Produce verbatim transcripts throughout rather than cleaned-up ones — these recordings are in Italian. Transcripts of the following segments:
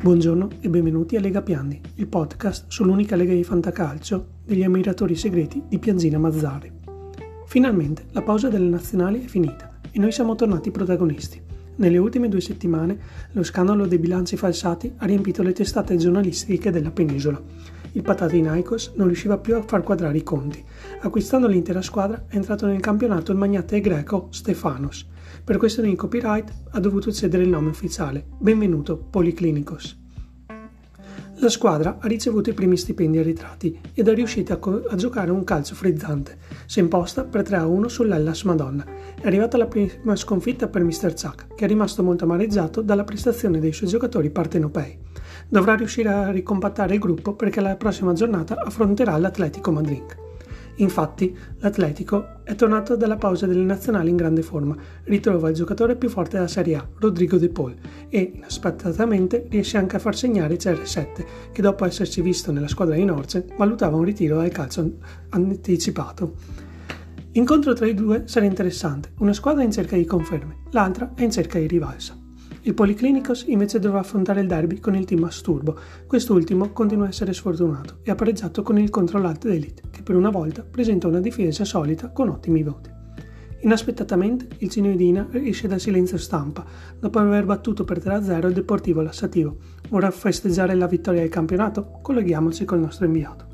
Buongiorno e benvenuti a Lega Piandi, il podcast sull'unica lega di fantacalcio degli ammiratori segreti di Pianzina Mazzari. Finalmente la pausa delle nazionali è finita e noi siamo tornati protagonisti. Nelle ultime due settimane lo scandalo dei bilanci falsati ha riempito le testate giornalistiche della penisola. Il Panathinaikos non riusciva più a far quadrare i conti. Acquistando l'intera squadra è entrato nel campionato il magnate greco Stefanos. Per questioni di copyright ha dovuto cedere il nome ufficiale. Benvenuto Poliklinikos. La squadra ha ricevuto i primi stipendi arretrati ed è riuscita a, co- a giocare un calcio frizzante. Si è imposta per tre a uno sull'Hellas Madonna. È arrivata la prima sconfitta per mister Chuck, che è rimasto molto amareggiato dalla prestazione dei suoi giocatori partenopei. Dovrà riuscire a ricompattare il gruppo perché la prossima giornata affronterà l'Atletico Madrid. Infatti, l'Atletico è tornato dalla pausa delle nazionali in grande forma, ritrova il giocatore più forte della Serie A, Rodrigo De Paul, e, inaspettatamente, riesce anche a far segnare C R sette, che dopo essersi visto nella squadra di Norce, valutava un ritiro dal calcio anticipato. L'incontro tra i due sarà interessante, una squadra è in cerca di conferme, l'altra è in cerca di rivalsa. Il Poliklinikos invece dovrà affrontare il derby con il team Asturbo. Quest'ultimo continua a essere sfortunato e ha pareggiato con il Controllate Elite, che per una volta presenta una difesa solita con ottimi voti. Inaspettatamente il Cinoidina esce dal silenzio stampa dopo aver battuto per tre a zero il Deportivo Lassativo. Vorrà festeggiare la vittoria del campionato? Colleghiamoci col nostro inviato.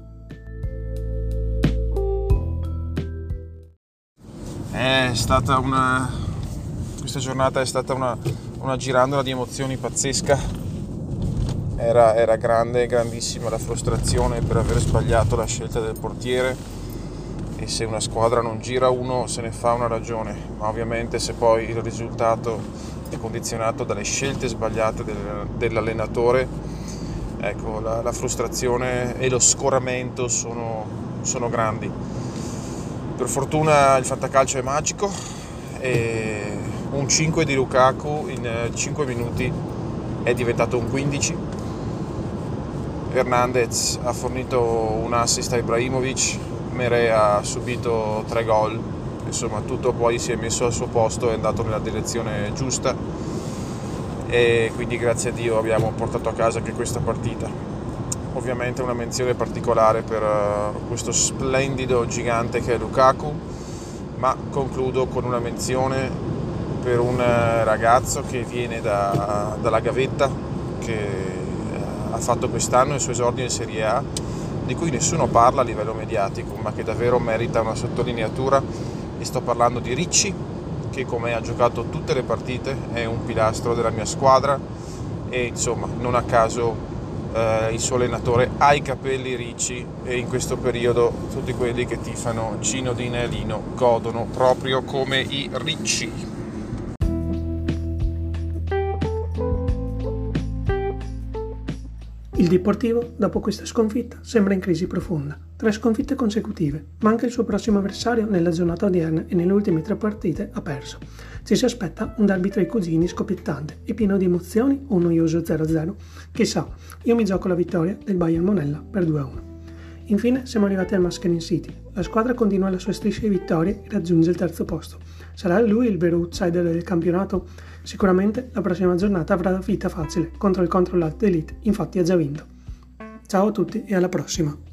È stata una... questa giornata è stata una... una girandola di emozioni pazzesca. Era, era grande, grandissima la frustrazione per aver sbagliato la scelta del portiere, e se una squadra non gira uno se ne fa una ragione, ma ovviamente se poi il risultato è condizionato dalle scelte sbagliate del, dell'allenatore, ecco, la, la frustrazione e lo scoramento sono, sono grandi. Per fortuna il fantacalcio è magico e un cinque di Lukaku in cinque minuti è diventato un quindici. Hernandez ha fornito un assist a Ibrahimovic, Mere ha subito tre gol, insomma tutto poi si è messo al suo posto, è andato nella direzione giusta e quindi grazie a Dio abbiamo portato a casa anche questa partita. Ovviamente una menzione particolare per questo splendido gigante che è Lukaku, ma concludo con una menzione per un ragazzo che viene da, dalla gavetta, che ha fatto quest'anno il suo esordio in Serie A, di cui nessuno parla a livello mediatico, ma che davvero merita una sottolineatura, e sto parlando di Ricci, che come ha giocato tutte le partite è un pilastro della mia squadra e insomma non a caso eh, il suo allenatore ha i capelli ricci, e in questo periodo tutti quelli che tifano Cino Dina e Lino godono proprio come i Ricci. Il Deportivo, dopo questa sconfitta, sembra in crisi profonda. Tre sconfitte consecutive, ma anche il suo prossimo avversario nella giornata odierna e nelle ultime tre partite ha perso. Ci si aspetta un derby tra i cugini scoppiettante e pieno di emozioni o un noioso zero a zero. Chissà, io mi gioco la vittoria del Bayern Monella per due a uno. Infine siamo arrivati al Mascarin City. La squadra continua la sua striscia di vittorie e raggiunge il terzo posto. Sarà lui il vero outsider del campionato? Sicuramente la prossima giornata avrà vita facile contro il Controllate Elite, infatti ha già vinto. Ciao a tutti e alla prossima!